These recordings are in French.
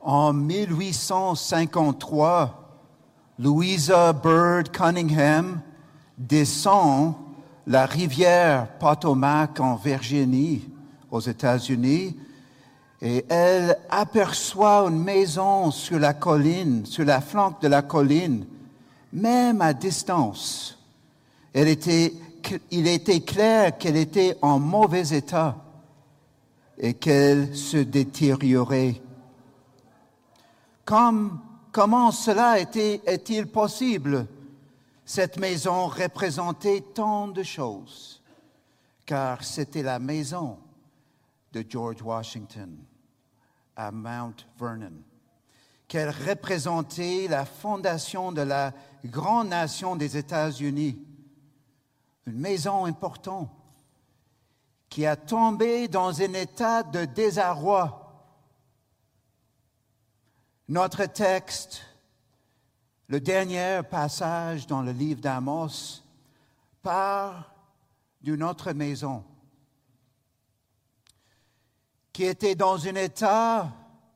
En 1853, Louisa Bird Cunningham descend la rivière Potomac en Virginie, aux États-Unis, et elle aperçoit une maison sur la colline, sur la flanque de la colline, même à distance. Il était clair qu'elle était en mauvais état et qu'elle se détériorait. Comment cela est-il possible? Cette maison représentait tant de choses, car c'était la maison de George Washington à Mount Vernon, qu'elle représentait la fondation de la grande nation des États-Unis, une maison importante qui a tombé dans un état de désarroi. Notre texte, le dernier passage dans le livre d'Amos, parle d'une autre maison qui était dans un état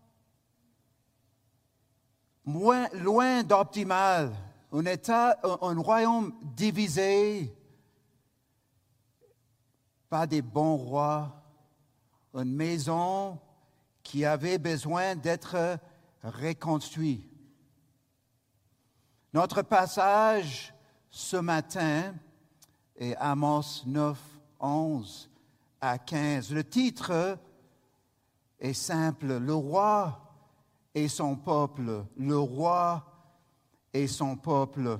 loin d'optimal, un royaume divisé par des bons rois, une maison qui avait besoin d'être reconstruite. Notre passage ce matin est Amos 9, 11 à 15. Le titre est simple, le roi et son peuple. Le roi et son peuple.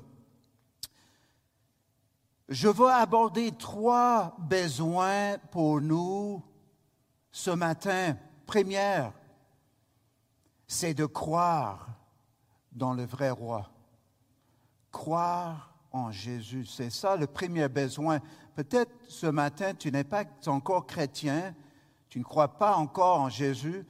Je veux aborder 3 besoins pour nous ce matin. Première, c'est de croire dans le vrai roi. Croire en Jésus, c'est ça le premier besoin. Peut-être ce matin, tu n'es pas encore chrétien, tu ne crois pas encore en Jésus.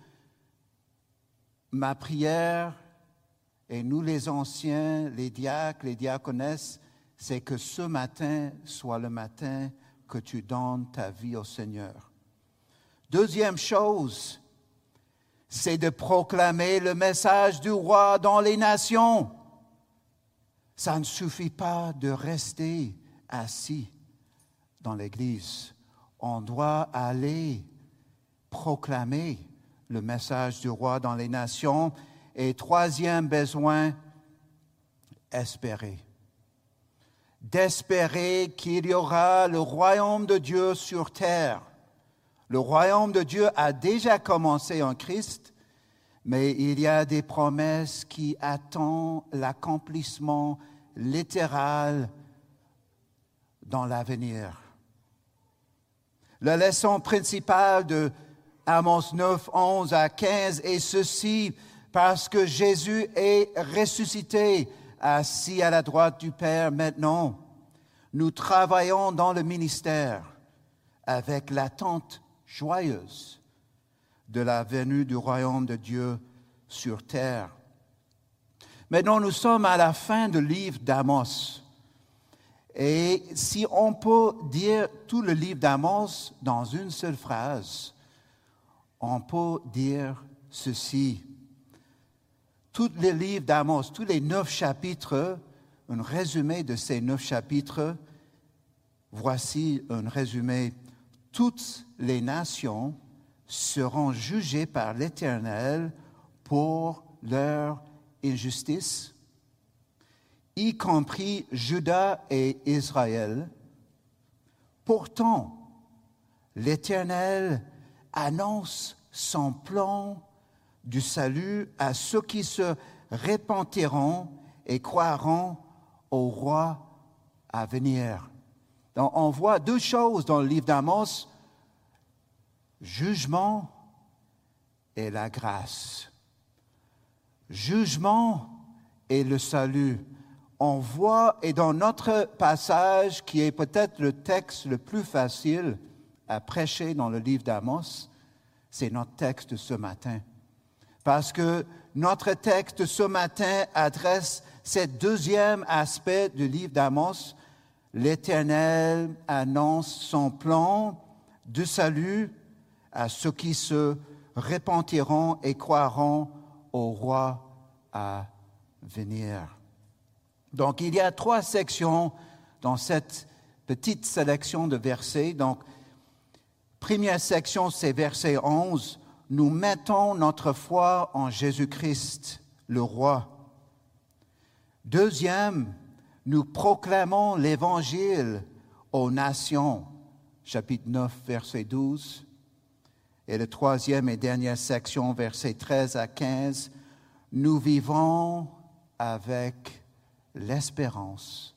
Ma prière, et nous les anciens, les diacres, les diaconesses, c'est que ce matin soit le matin que tu donnes ta vie au Seigneur. Deuxième chose, c'est de proclamer le message du roi dans les nations. Ça ne suffit pas de rester assis dans l'Église. On doit aller proclamer le message du roi dans les nations. Et troisième besoin, espérer. D'espérer qu'il y aura le royaume de Dieu sur terre. Le royaume de Dieu a déjà commencé en Christ, mais il y a des promesses qui attendent l'accomplissement littéral dans l'avenir. La leçon principale de Amos 9, 11 à 15 est ceci: parce que Jésus est ressuscité, assis à la droite du Père maintenant, nous travaillons dans le ministère avec l'attente joyeuse de la venue du royaume de Dieu sur terre. Maintenant, nous sommes à la fin du livre d'Amos. Et si on peut dire tout le livre d'Amos dans une seule phrase, on peut dire ceci. Tout le livre d'Amos, tous les 9 chapitres, un résumé de ces 9 chapitres, voici un résumé. Toutes les nations seront jugées par l'Éternel pour leur injustice, y compris Juda et Israël. Pourtant, l'Éternel annonce son plan du salut à ceux qui se repentiront et croiront au roi à venir. Donc, on voit 2 choses dans le livre d'Amos: jugement et la grâce. Jugement et le salut. On voit, et dans notre passage, qui est peut-être le texte le plus facile à prêcher dans le livre d'Amos, c'est notre texte ce matin. Parce que notre texte ce matin adresse ce deuxième aspect du livre d'Amos. L'Éternel annonce son plan de salut à ceux qui se repentiront et croiront au roi à venir. Donc, il y a 3 sections dans cette petite sélection de versets. Donc, première section, c'est verset 11. Nous mettons notre foi en Jésus-Christ, le roi. Deuxième, nous proclamons l'Évangile aux nations, chapitre 9, verset 12. Et la troisième et dernière section, versets 13 à 15, nous vivons avec l'espérance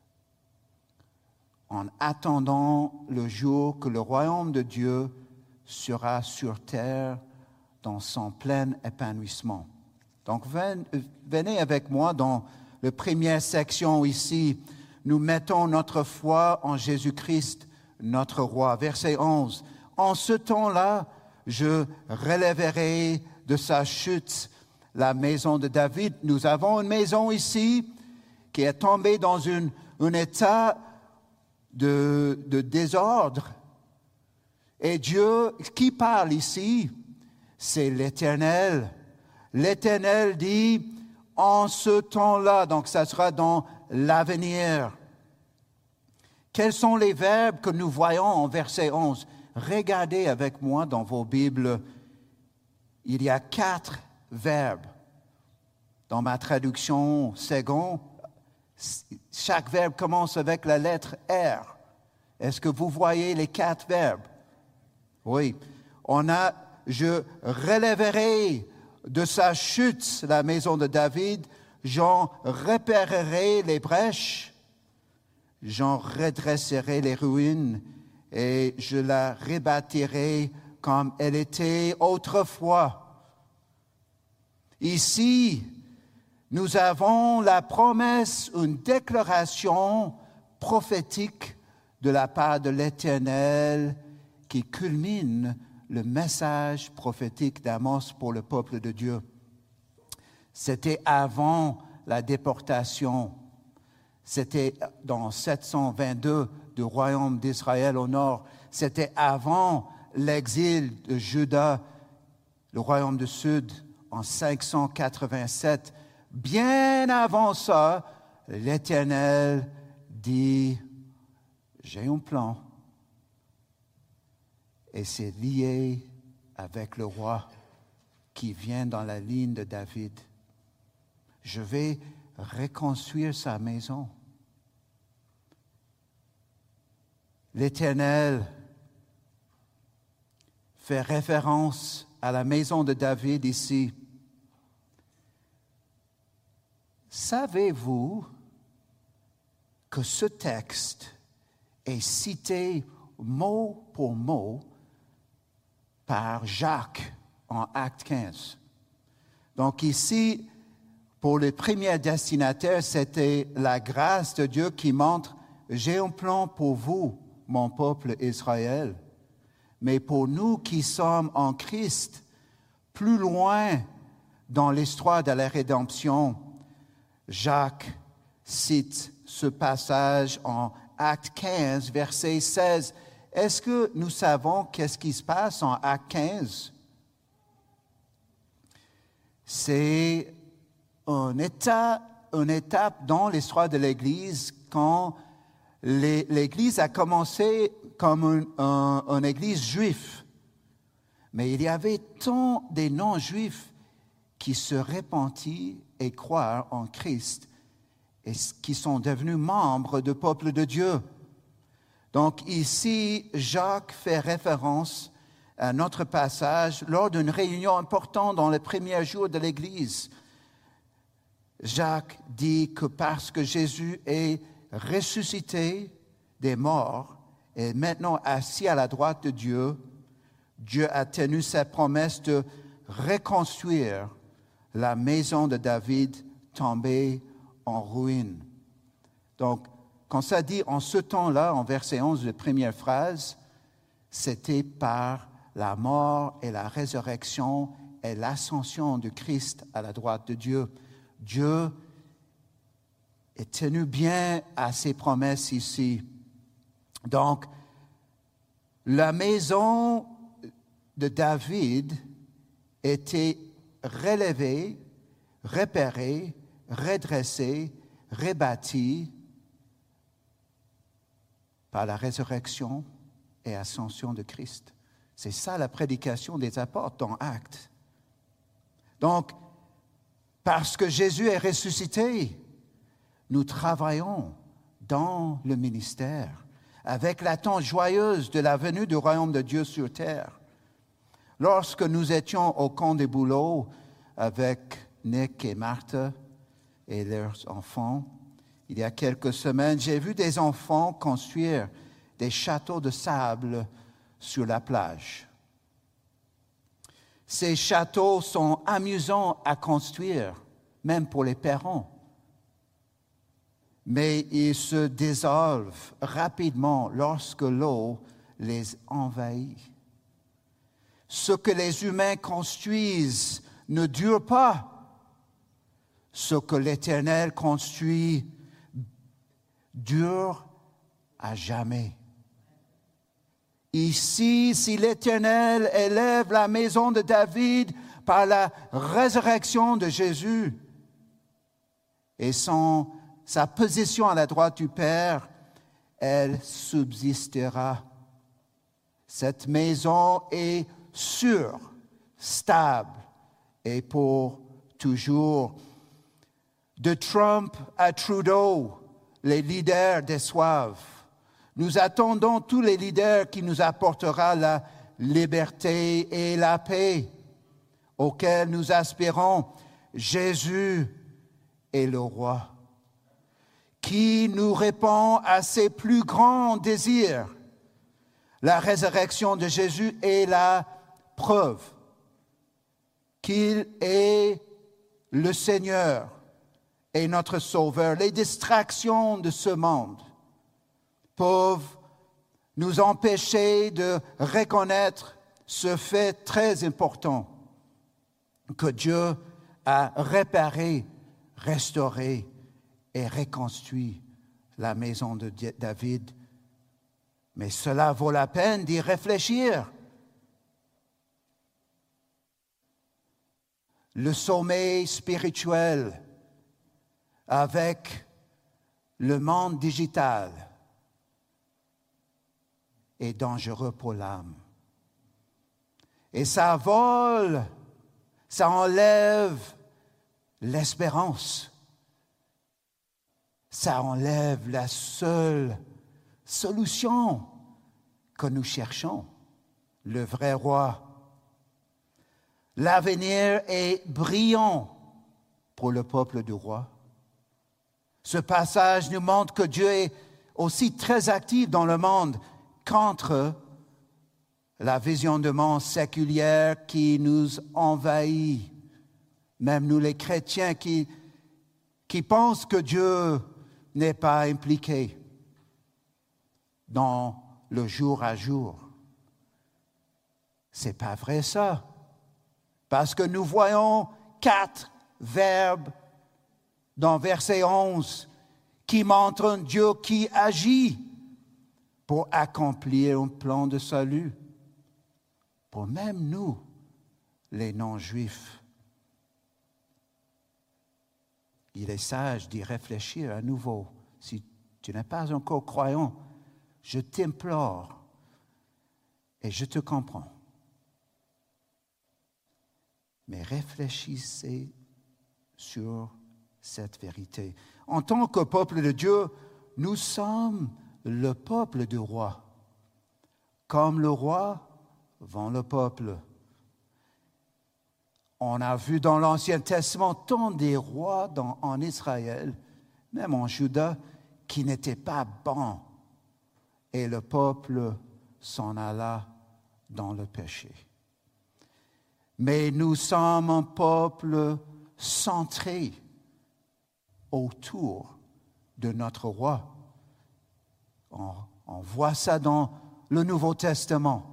en attendant le jour que le royaume de Dieu sera sur terre dans son plein épanouissement. Donc, venez avec moi dans la première section ici. Nous mettons notre foi en Jésus-Christ, notre roi. Verset 11. En ce temps-là, je relèverai de sa chute la maison de David. Nous avons une maison ici qui est tombée dans un état de désordre. Et Dieu, qui parle ici, c'est l'Éternel. L'Éternel dit, en ce temps-là, donc ça sera dans l'avenir. Quels sont les verbes que nous voyons en verset 11? Regardez avec moi dans vos Bibles, il y a 4 verbes. Dans ma traduction Ségon, chaque verbe commence avec la lettre R. Est-ce que vous voyez les 4 verbes? Oui. On a « Je relèverai de sa chute la maison de David, j'en repérerai les brèches, j'en redresserai les ruines et je la rebâtirai comme elle était autrefois. » Ici, nous avons la promesse, une déclaration prophétique de la part de l'Éternel qui culmine le message prophétique d'Amos pour le peuple de Dieu. C'était avant la déportation. C'était dans 722 du royaume d'Israël au nord. C'était avant l'exil de Juda, le royaume du sud, en 587. Bien avant ça, l'Éternel dit, j'ai un plan. Et c'est lié avec le roi qui vient dans la ligne de David. Je vais reconstruire sa maison. L'Éternel fait référence à la maison de David ici. Savez-vous que ce texte est cité mot pour mot par Jacques en Acte 15. Donc ici, pour le premier destinataire, c'était la grâce de Dieu qui montre « J'ai un plan pour vous, mon peuple Israël. » Mais pour nous qui sommes en Christ, plus loin dans l'histoire de la rédemption, Jacques cite ce passage en Acte 15, verset 16. Est-ce que nous savons qu'est-ce qui se passe en Acte 15? C'est une étape dans l'histoire de l'Église quand l'Église a commencé comme une Église juive. Mais il y avait tant de non-juifs qui se repentirent et croirent en Christ et qui sont devenus membres du peuple de Dieu. Donc ici, Jacques fait référence à notre passage lors d'une réunion importante dans les premiers jours de l'Église. Jacques dit que parce que Jésus est ressuscité des morts et maintenant assis à la droite de Dieu, Dieu a tenu sa promesse de reconstruire la maison de David tombée en ruine. Donc, quand ça dit en ce temps-là, en verset 11, la première phrase, c'était par la mort et la résurrection et l'ascension de Christ à la droite de Dieu. Dieu est tenu bien à ses promesses ici. Donc, la maison de David était relevés, repérés, redressés, rebâtis par la résurrection et ascension de Christ. C'est ça la prédication des apôtres dans Actes. Donc, parce que Jésus est ressuscité, nous travaillons dans le ministère avec l'attente joyeuse de la venue du royaume de Dieu sur terre. Lorsque nous étions au camp des bouleaux avec Nick et Martha et leurs enfants, il y a quelques semaines, j'ai vu des enfants construire des châteaux de sable sur la plage. Ces châteaux sont amusants à construire, même pour les parents. Mais ils se dissolvent rapidement lorsque l'eau les envahit. Ce que les humains construisent ne dure pas. Ce que l'Éternel construit dure à jamais. Ici, si l'Éternel élève la maison de David par la résurrection de Jésus et sa position à la droite du Père, elle subsistera. Cette maison est sûre, stable et pour toujours. De Trump à Trudeau, les leaders déçoivent. Nous attendons tous les leaders qui nous apporteront la liberté et la paix auxquels nous aspirons. Jésus est le roi qui nous répond à ses plus grands désirs. La résurrection de Jésus est la preuve qu'il est le Seigneur et notre Sauveur. Les distractions de ce monde peuvent nous empêcher de reconnaître ce fait très important que Dieu a réparé, restauré et reconstruit la maison de David. Mais cela vaut la peine d'y réfléchir. Le sommeil spirituel avec le monde digital est dangereux pour l'âme. Et ça vole, ça enlève l'espérance. Ça enlève la seule solution que nous cherchons, le vrai roi. L'avenir est brillant pour le peuple du roi. Ce passage nous montre que Dieu est aussi très actif dans le monde contre la vision de monde séculière qui nous envahit. Même nous les chrétiens qui pensent que Dieu n'est pas impliqué dans le jour à jour. C'est pas vrai ça. Parce que nous voyons 4 verbes dans verset 11 qui montrent un Dieu qui agit pour accomplir un plan de salut pour même nous, les non-juifs. Il est sage d'y réfléchir à nouveau. Si tu n'es pas encore croyant, je t'implore et je te comprends. Mais réfléchissez sur cette vérité. En tant que peuple de Dieu, nous sommes le peuple du roi. Comme le roi vend le peuple. On a vu dans l'Ancien Testament tant des rois en Israël, même en Juda, qui n'étaient pas bons. Et le peuple s'en alla dans le péché. Mais nous sommes un peuple centré autour de notre roi. On voit ça dans le Nouveau Testament.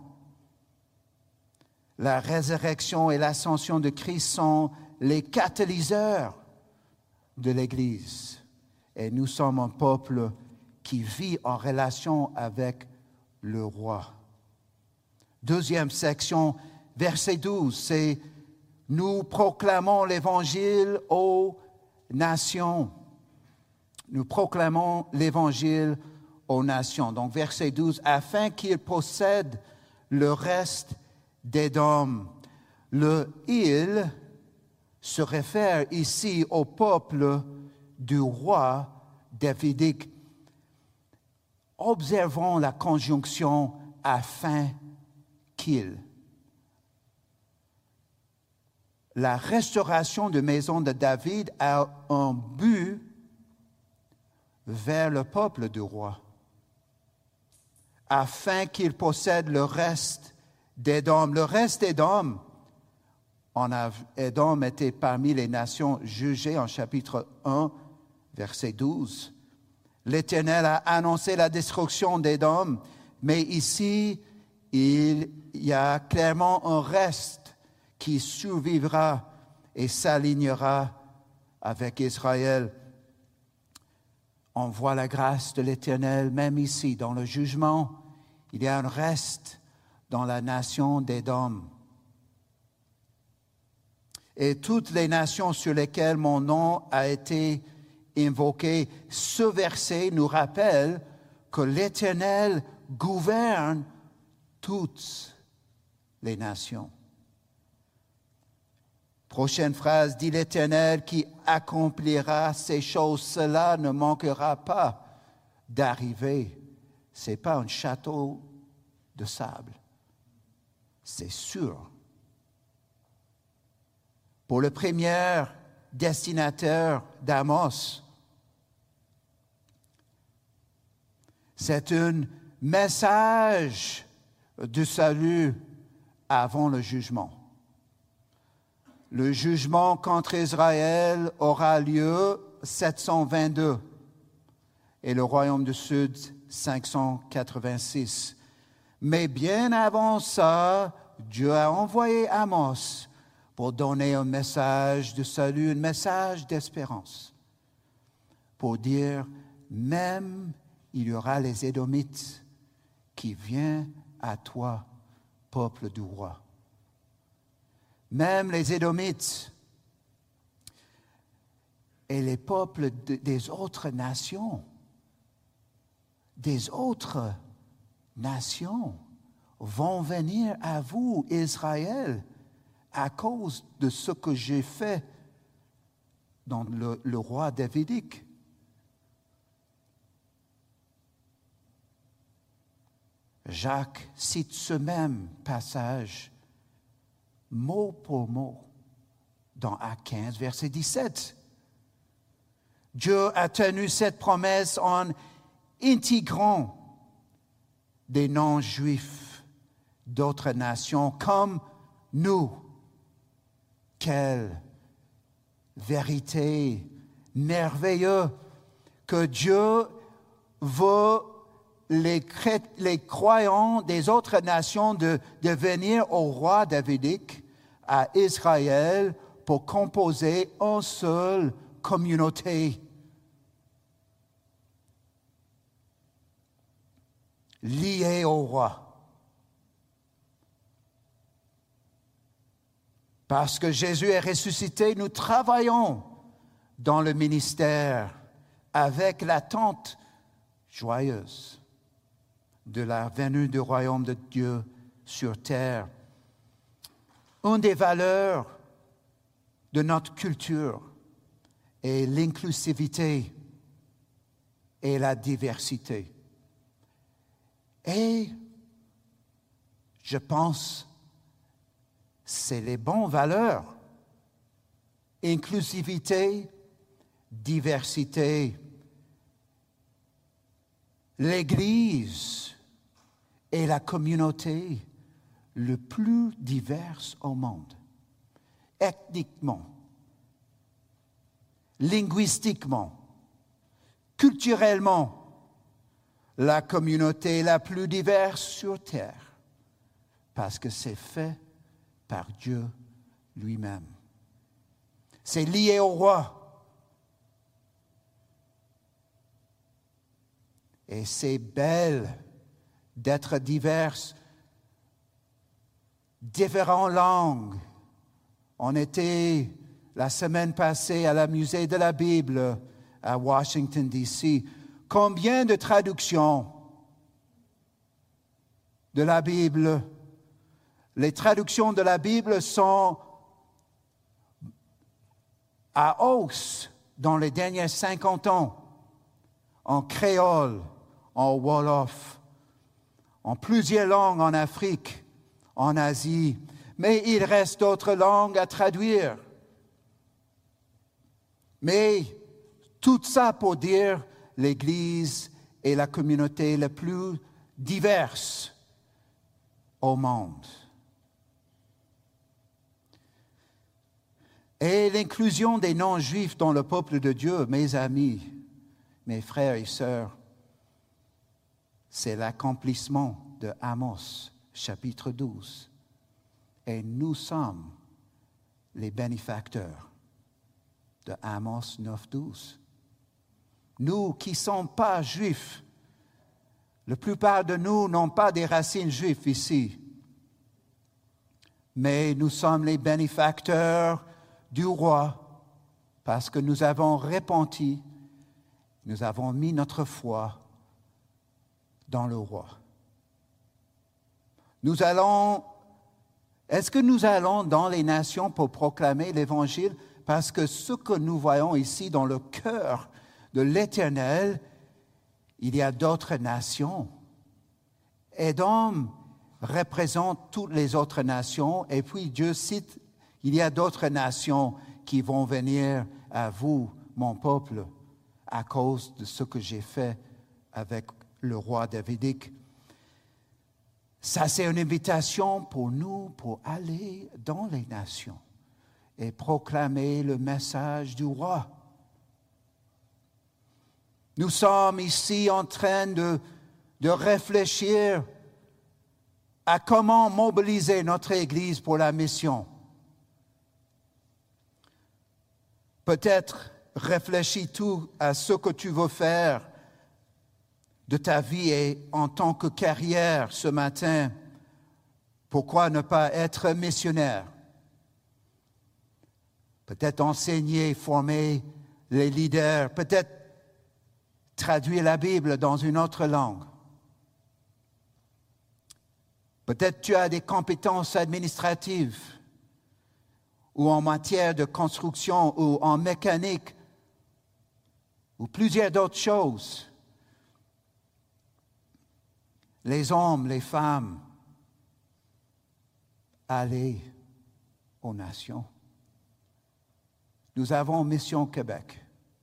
La résurrection et l'ascension de Christ sont les catalyseurs de l'Église. Et nous sommes un peuple qui vit en relation avec le roi. Deuxième section, verset 12, c'est Nous proclamons l'Évangile aux nations. Nous proclamons l'Évangile aux nations. Donc, verset 12, afin qu'ils possèdent le reste d'Édom. Le « il » se réfère ici au peuple du roi davidique. Observons la conjonction « afin qu'il ». La restauration de maison de David a un but vers le peuple du roi, afin qu'il possède le reste d'Édom. Le reste d'Édom, Édom était parmi les nations jugées en chapitre 1, verset 12. L'Éternel a annoncé la destruction d'Édom, mais ici, il y a clairement un reste qui survivra et s'alignera avec Israël. On voit la grâce de l'Éternel, même ici, dans le jugement. Il y a un reste dans la nation d'Édom. Et toutes les nations sur lesquelles mon nom a été invoqué, ce verset nous rappelle que l'Éternel gouverne toutes les nations. Prochaine phrase, dit l'Éternel qui accomplira ces choses, cela ne manquera pas d'arriver. Ce n'est pas un château de sable, c'est sûr. Pour le premier destinataire d'Amos, c'est un message de salut avant le jugement. Le jugement contre Israël aura lieu 722 et le royaume du Sud 586. Mais bien avant ça, Dieu a envoyé Amos pour donner un message de salut, un message d'espérance, pour dire, même il y aura les Édomites qui viennent à toi, peuple du roi. Même les Édomites et les peuples des autres nations vont venir à vous, Israël, à cause de ce que j'ai fait dans le roi davidique. Jacques cite ce même passage mot pour mot dans Actes 15, verset 17. Dieu a tenu cette promesse en intégrant des non-juifs d'autres nations comme nous. Quelle vérité merveilleuse que Dieu veut les croyants des autres nations de venir au roi davidique, à Israël, pour composer une seule communauté. Liée au roi. Parce que Jésus est ressuscité, nous travaillons dans le ministère avec l'attente joyeuse de la venue du royaume de Dieu sur terre. Une des valeurs de notre culture est l'inclusivité et la diversité. Et je pense c'est les bonnes valeurs. Inclusivité, diversité. L'Église est la communauté le plus diverse au monde, ethniquement, linguistiquement, culturellement, la communauté la plus diverse sur terre, parce que c'est fait par Dieu lui-même. C'est lié au roi. Et c'est belle d'être diverses, différentes langues, On était la semaine passée à la Musée de la Bible à Washington, D.C. Combien de traductions de la Bible? Les traductions de la Bible sont à hausse dans les derniers 50 ans, en créole, en wolof, en plusieurs langues en Afrique, en Asie, mais il reste d'autres langues à traduire. Mais tout ça pour dire l'Église est la communauté la plus diverse au monde. Et l'inclusion des non-juifs dans le peuple de Dieu, mes amis, mes frères et sœurs, c'est l'accomplissement de Amos, chapitre 12. Et nous sommes les bénéfacteurs de Amos 9, 12. Nous qui ne sommes pas juifs, la plupart de nous n'ont pas des racines juives ici, mais nous sommes les bénéfacteurs du roi parce que nous avons repenti, nous avons mis notre foi dans le roi. Est-ce que nous allons dans les nations pour proclamer l'Évangile? Parce que ce que nous voyons ici dans le cœur de l'Éternel, il y a d'autres nations. Édom représente toutes les autres nations, et puis Dieu cite, il y a d'autres nations qui vont venir à vous, mon peuple, à cause de ce que j'ai fait avec le roi davidique. Ça, c'est une invitation pour nous pour aller dans les nations et proclamer le message du roi. Nous sommes ici en train de réfléchir à comment mobiliser notre Église pour la mission. Peut-être réfléchis-tu à ce que tu veux faire de ta vie et en tant que carrière ce matin. Pourquoi ne pas être missionnaire? Peut-être enseigner, former les leaders, peut-être traduire la Bible dans une autre langue. Peut-être tu as des compétences administratives ou en matière de construction ou en mécanique ou plusieurs d'autres choses. Les hommes, les femmes, allez aux nations. Nous avons Mission Québec,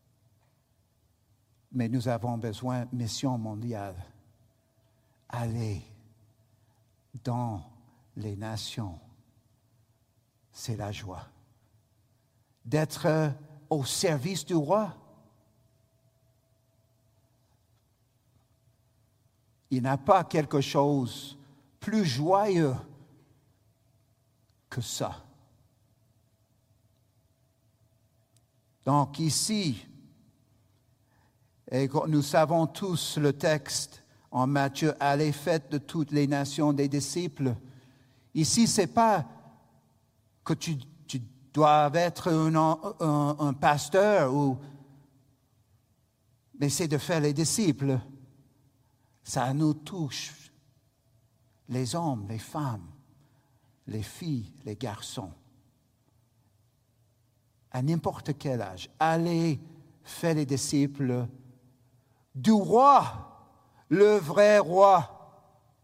mais nous avons besoin de Mission mondiale. Allez dans les nations. C'est la joie d'être au service du roi. Il n'y a pas quelque chose plus joyeux que ça. Donc ici, et nous savons tous le texte en Matthieu, allez faites de toutes les nations des disciples. Ici, ce n'est pas que tu dois être un pasteur, mais c'est de faire les disciples. Ça nous touche, les hommes, les femmes, les filles, les garçons, à n'importe quel âge. Allez faire les disciples du roi, le vrai roi.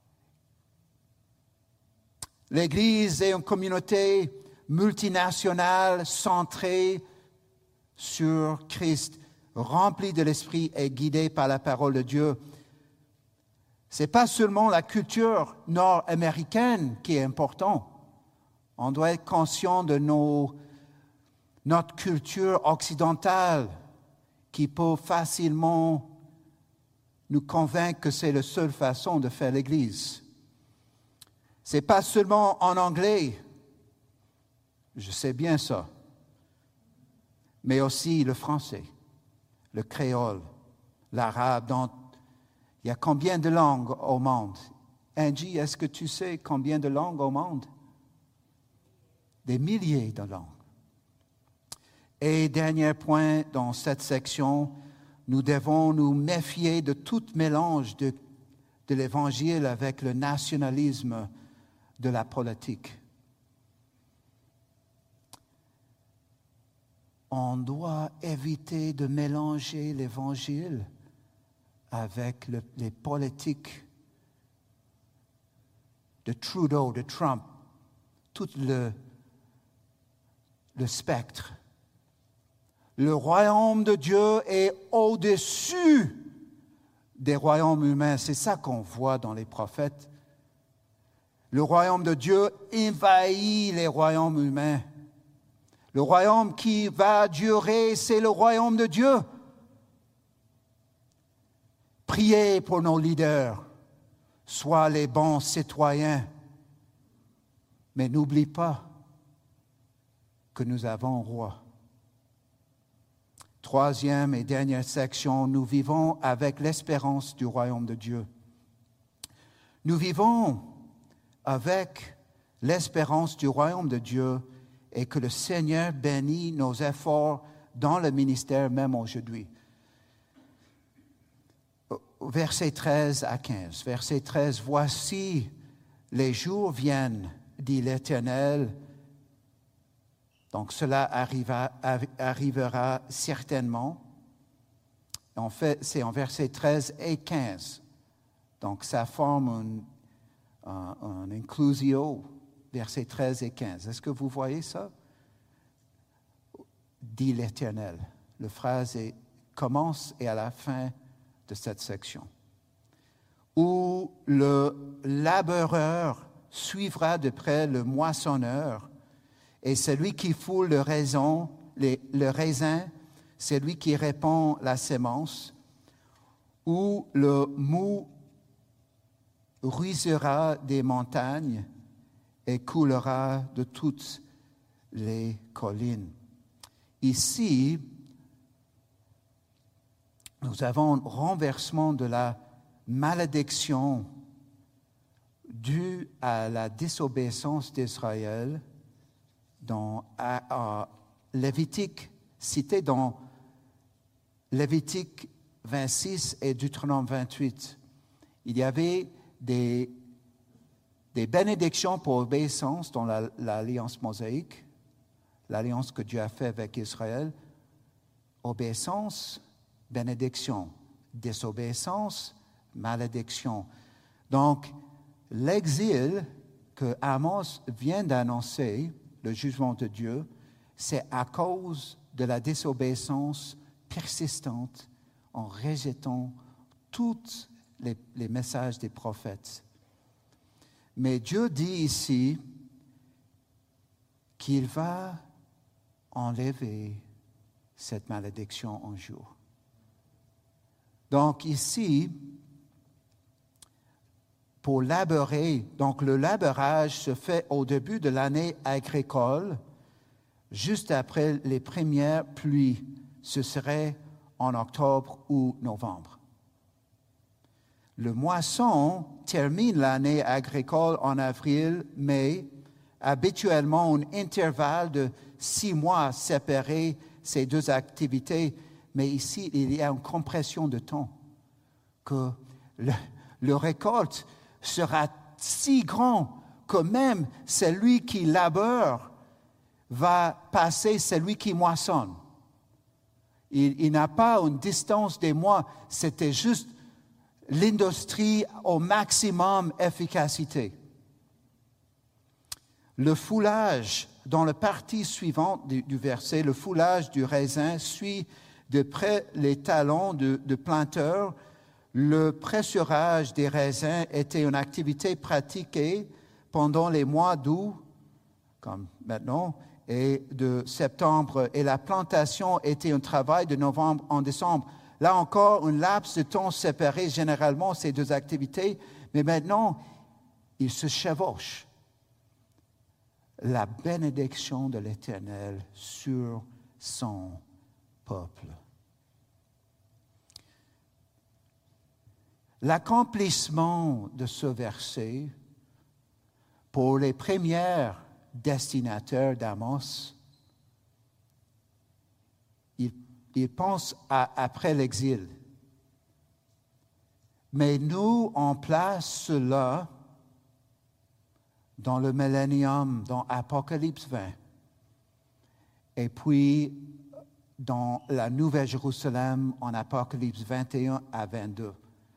L'Église est une communauté multinationale centrée sur Christ, remplie de l'Esprit et guidée par la parole de Dieu. Ce n'est pas seulement la culture nord-américaine qui est importante. On doit être conscient de notre culture occidentale qui peut facilement nous convaincre que c'est la seule façon de faire l'Église. Ce n'est pas seulement en anglais, je sais bien ça, mais aussi le français, le créole, l'arabe. Il y a combien de langues au monde? Angie, est-ce que tu sais combien de langues au monde? des milliers de langues. Et dernier point dans cette section, nous devons nous méfier de tout mélange de l'Évangile avec le nationalisme de la politique. On doit éviter de mélanger l'Évangile avec les politiques de Trudeau, de Trump, tout le spectre. Le royaume de Dieu est au-dessus des royaumes humains. C'est ça qu'on voit dans les prophètes. Le royaume de Dieu envahit les royaumes humains. Le royaume qui va durer, c'est le royaume de Dieu. Priez pour nos leaders, soient les bons citoyens, mais n'oublie pas que nous avons un roi. Troisième et dernière section, nous vivons avec l'espérance du royaume de Dieu. Nous vivons avec l'espérance du royaume de Dieu et que le Seigneur bénit nos efforts dans le ministère même aujourd'hui. Versets 13 à 15. Verset 13, « Voici, les jours viennent, dit l'Éternel. » Donc cela arrivera certainement. En fait, c'est en versets 13 et 15. Donc ça forme un inclusio, versets 13 et 15. Est-ce que vous voyez ça? Dit l'Éternel. La phrase commence et à la fin de cette section. Où le laboureur suivra de près le moissonneur, et celui qui foule le raisin, c'est lui qui répand la sémence, où le mou ruissera des montagnes et coulera de toutes les collines. Ici, nous avons un renversement de la malédiction due à la désobéissance d'Israël dans Lévitique, cité dans Lévitique 26 et Deutéronome 28. Il y avait des bénédictions pour obéissance dans l'alliance mosaïque, l'alliance que Dieu a faite avec Israël. Obéissance, bénédiction. Désobéissance, malédiction. Donc, l'exil que Amos vient d'annoncer, le jugement de Dieu, c'est à cause de la désobéissance persistante en rejetant tous les messages des prophètes. Mais Dieu dit ici qu'il va enlever cette malédiction un jour. Donc ici, pour labourer, donc le labourage se fait au début de l'année agricole, juste après les premières pluies. Ce serait en octobre ou novembre. Le moisson termine l'année agricole en avril, mai. Habituellement, un intervalle de 6 mois séparait ces deux activités. Mais ici, il y a une compression de temps que le récolte sera si grand que même celui qui laboure va passer celui qui moissonne. Il n'a pas une distance des mois, c'était juste l'industrie au maximum efficacité. Le foulage, dans la partie suivante du verset, le foulage du raisin suit de près les talons de planteur. Le pressurage des raisins était une activité pratiquée pendant les mois d'août, comme maintenant, et de septembre, et la plantation était un travail de novembre en décembre. Là encore, un laps de temps séparait généralement ces deux activités, mais maintenant, ils se chevauchent. La bénédiction de l'Éternel sur son peuple. L'accomplissement de ce verset pour les premières destinataire d'Amos, il pense après l'exil. Mais nous, on place cela dans le millénium, dans Apocalypse 20, et puis dans la Nouvelle Jérusalem en Apocalypse 21 à 22.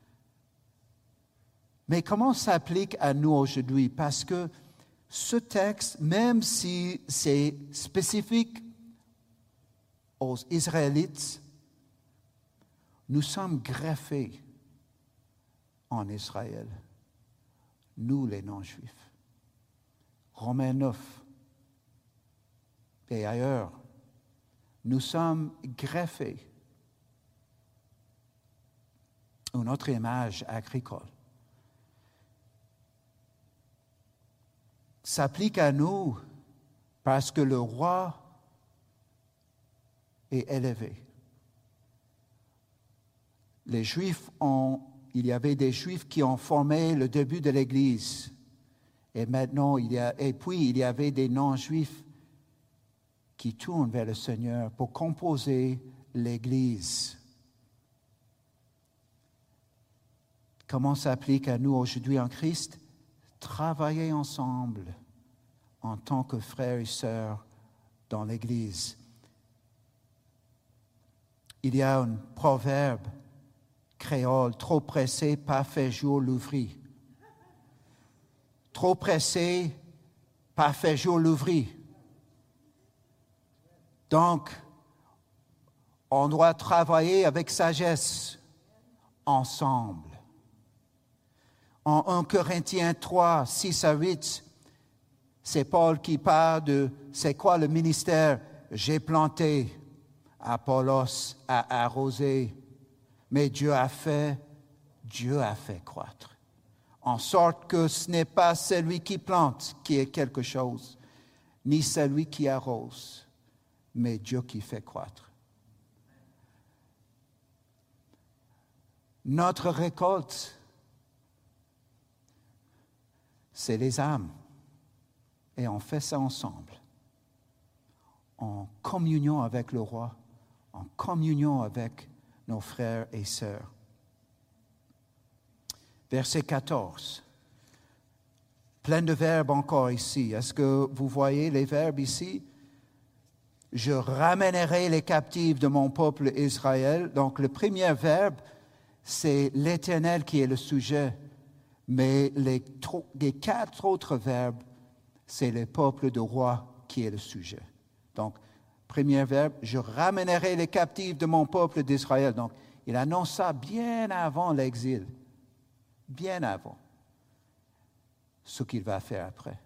Mais comment ça s'applique à nous aujourd'hui? Parce que ce texte, même si c'est spécifique aux Israélites, nous sommes greffés en Israël, nous les non-juifs. Romains 9 et ailleurs, nous sommes greffés. Une autre image agricole. S'applique à nous parce que le roi est élevé. Il y avait des Juifs qui ont formé le début de l'Église. Et maintenant, il y avait des non-Juifs qui tournent vers le Seigneur pour composer l'Église. Comment ça s'applique à nous aujourd'hui en Christ? Travailler ensemble en tant que frères et sœurs dans l'Église. Il y a un proverbe créole, trop pressé, pas fait jour l'ouvrit. Trop pressé, pas fait jour l'ouvrit. Donc, on doit travailler avec sagesse, ensemble. En 1 Corinthiens 3, 6 à 8, c'est Paul qui parle de c'est quoi le ministère? J'ai planté, Apollos a arrosé, mais Dieu a fait croître. En sorte que ce n'est pas celui qui plante qui est quelque chose, ni celui qui arrose, mais Dieu qui fait croître. Notre récolte, c'est les âmes. Et on fait ça ensemble, en communion avec le roi, en communion avec nos frères et sœurs. Verset 14. Plein de verbes encore ici. Est-ce que vous voyez les verbes ici? Je ramènerai les captifs de mon peuple Israël. Donc le premier verbe, c'est l'Éternel qui est le sujet. Mais les 4 autres verbes, c'est le peuple de roi qui est le sujet. Donc, premier verbe, je ramènerai les captifs de mon peuple d'Israël. Donc, il annonce ça bien avant l'exil. Bien avant ce qu'il va faire après.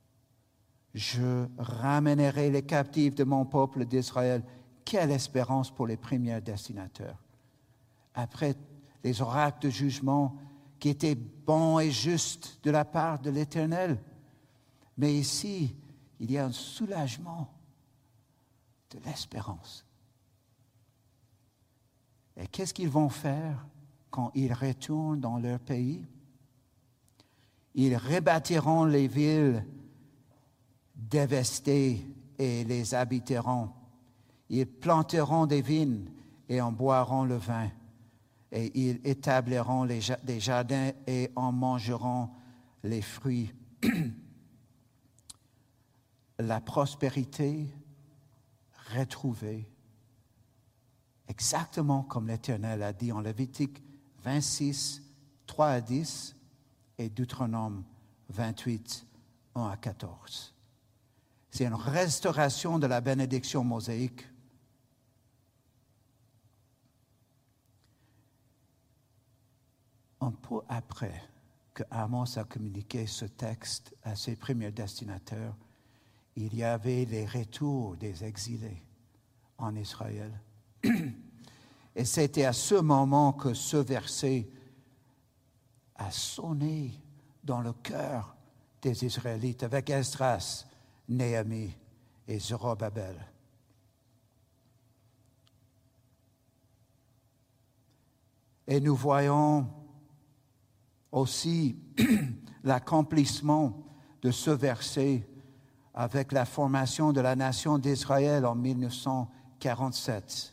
Je ramènerai les captifs de mon peuple d'Israël. Quelle espérance pour les premiers destinataires. Après les oracles de jugement qui étaient bons et justes de la part de l'Éternel. Mais ici, il y a un soulagement de l'espérance. Et qu'est-ce qu'ils vont faire quand ils retournent dans leur pays? Ils rebâtiront les villes dévastées et les habiteront. Ils planteront des vignes et en boiront le vin. Et ils établiront des jardins et en mangeront les fruits. La prospérité retrouvée, exactement comme l'Éternel a dit en Lévitique 26, 3 à 10 et Deutéronome 28, 1 à 14. C'est une restauration de la bénédiction mosaïque. Un peu après que Amos a communiqué ce texte à ses premiers destinataires, il y avait les retours des exilés en Israël. Et c'était à ce moment que ce verset a sonné dans le cœur des Israélites avec Esdras, Néhémie et Zorobabel. Et nous voyons aussi l'accomplissement de ce verset avec la formation de la nation d'Israël en 1947.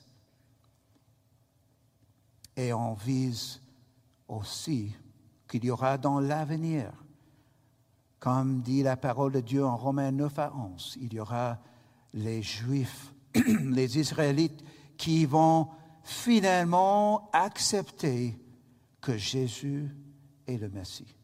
Et on vise aussi qu'il y aura dans l'avenir, comme dit la parole de Dieu en Romains 9 à 11, il y aura les Juifs, les Israélites qui vont finalement accepter que Jésus est le Messie.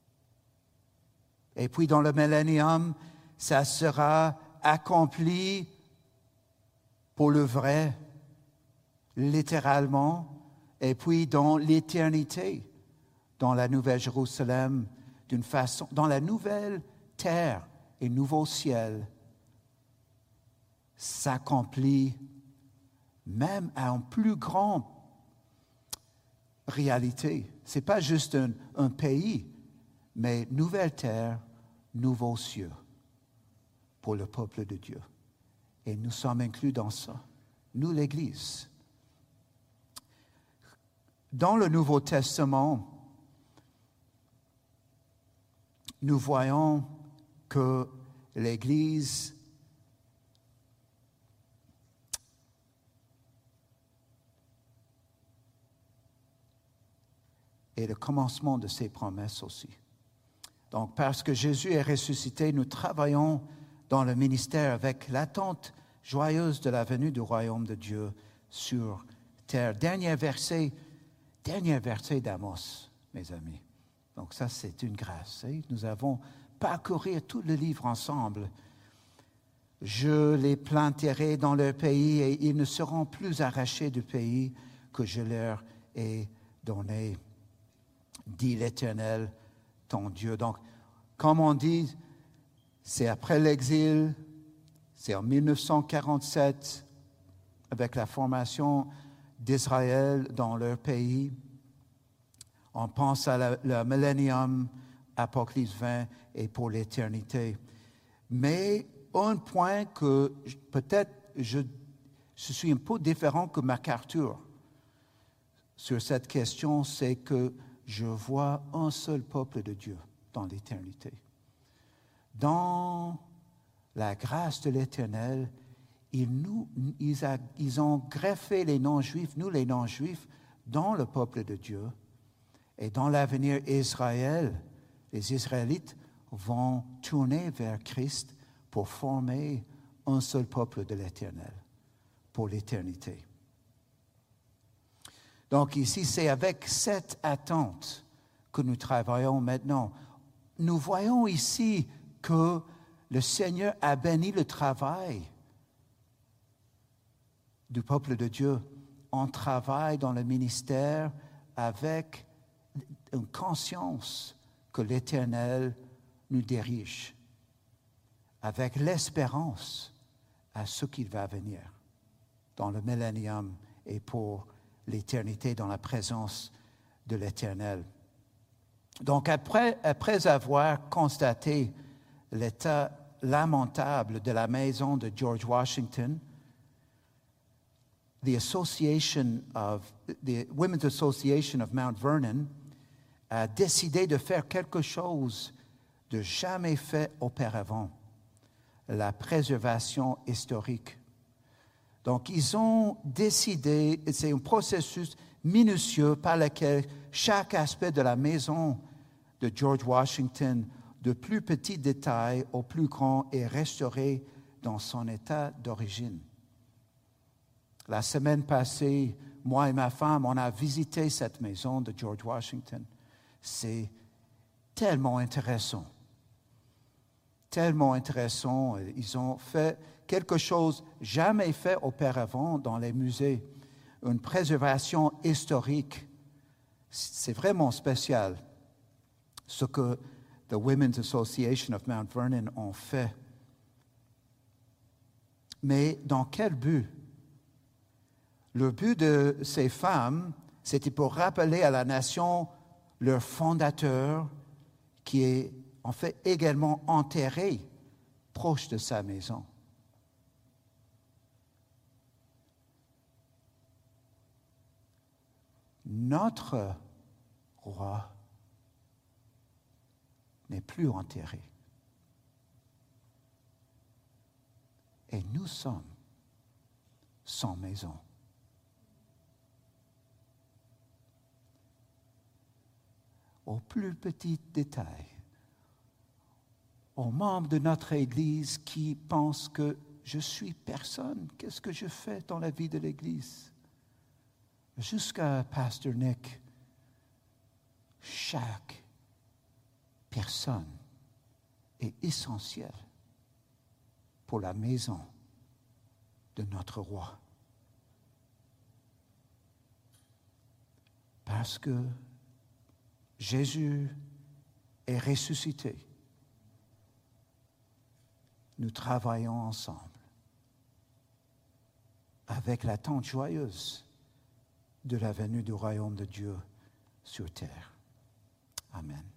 Et puis dans le millénium, ça sera accompli pour le vrai, littéralement, et puis dans l'éternité, dans la Nouvelle Jérusalem, d'une façon, dans la nouvelle terre et nouveau ciel, s'accomplit même à une plus grande réalité. Ce n'est pas juste un pays, mais nouvelle terre, nouveaux cieux pour le peuple de Dieu. Et nous sommes inclus dans ça, nous l'Église. Dans le Nouveau Testament, nous voyons que l'Église est le commencement de ses promesses aussi. Donc, parce que Jésus est ressuscité, nous travaillons dans le ministère avec l'attente joyeuse de la venue du royaume de Dieu sur terre. Dernier verset d'Amos, mes amis. Donc ça, c'est une grâce. Nous avons parcouru tout le livre ensemble. Je les planterai dans leur pays et ils ne seront plus arrachés du pays que je leur ai donné, dit l'Éternel, ton Dieu. Donc, comme on dit, c'est après l'exil, c'est en 1947, avec la formation d'Israël dans leur pays. On pense à le millénium, Apocalypse 20, et pour l'éternité. Mais un point que peut-être je suis un peu différent que MacArthur sur cette question, c'est que je vois un seul peuple de Dieu dans l'éternité. Dans la grâce de l'Éternel, ils ont greffé les non-juifs, nous les non-juifs, dans le peuple de Dieu. Et dans l'avenir, Israël, les Israélites vont tourner vers Christ pour former un seul peuple de l'Éternel pour l'éternité. Donc ici, c'est avec cette attente que nous travaillons maintenant. Nous voyons ici que le Seigneur a béni le travail du peuple de Dieu. On travaille dans le ministère avec une conscience que l'Éternel nous dirige, avec l'espérance à ce qu'il va venir dans le millénium et pour l'éternité dans la présence de l'Éternel. Donc après avoir constaté l'état lamentable de la maison de George Washington, the Women's Association of Mount Vernon a décidé de faire quelque chose de jamais fait auparavant, la préservation historique. Donc, ils ont décidé, c'est un processus minutieux par lequel chaque aspect de la maison de George Washington, de plus petits détails au plus grand, est restauré dans son état d'origine. La semaine passée, moi et ma femme, on a visité cette maison de George Washington. C'est tellement intéressant. Tellement intéressant. Ils ont fait quelque chose jamais fait auparavant dans les musées. Une préservation historique. C'est vraiment spécial ce que the Women's Association of Mount Vernon ont fait. Mais dans quel but? Le but de ces femmes, c'était pour rappeler à la nation leur fondateur, qui est en fait également enterré proche de sa maison. Notre roi n'est plus enterré. et nous sommes sans maison. Au plus petit détail, aux membres de notre Église qui pensent que je suis personne, qu'est-ce que je fais dans la vie de l'Église? Jusqu'à Pasteur Nick, chaque personne est essentielle pour la maison de notre roi. Parce que Jésus est ressuscité. Nous travaillons ensemble avec l'attente joyeuse de la venue du royaume de Dieu sur terre. Amen.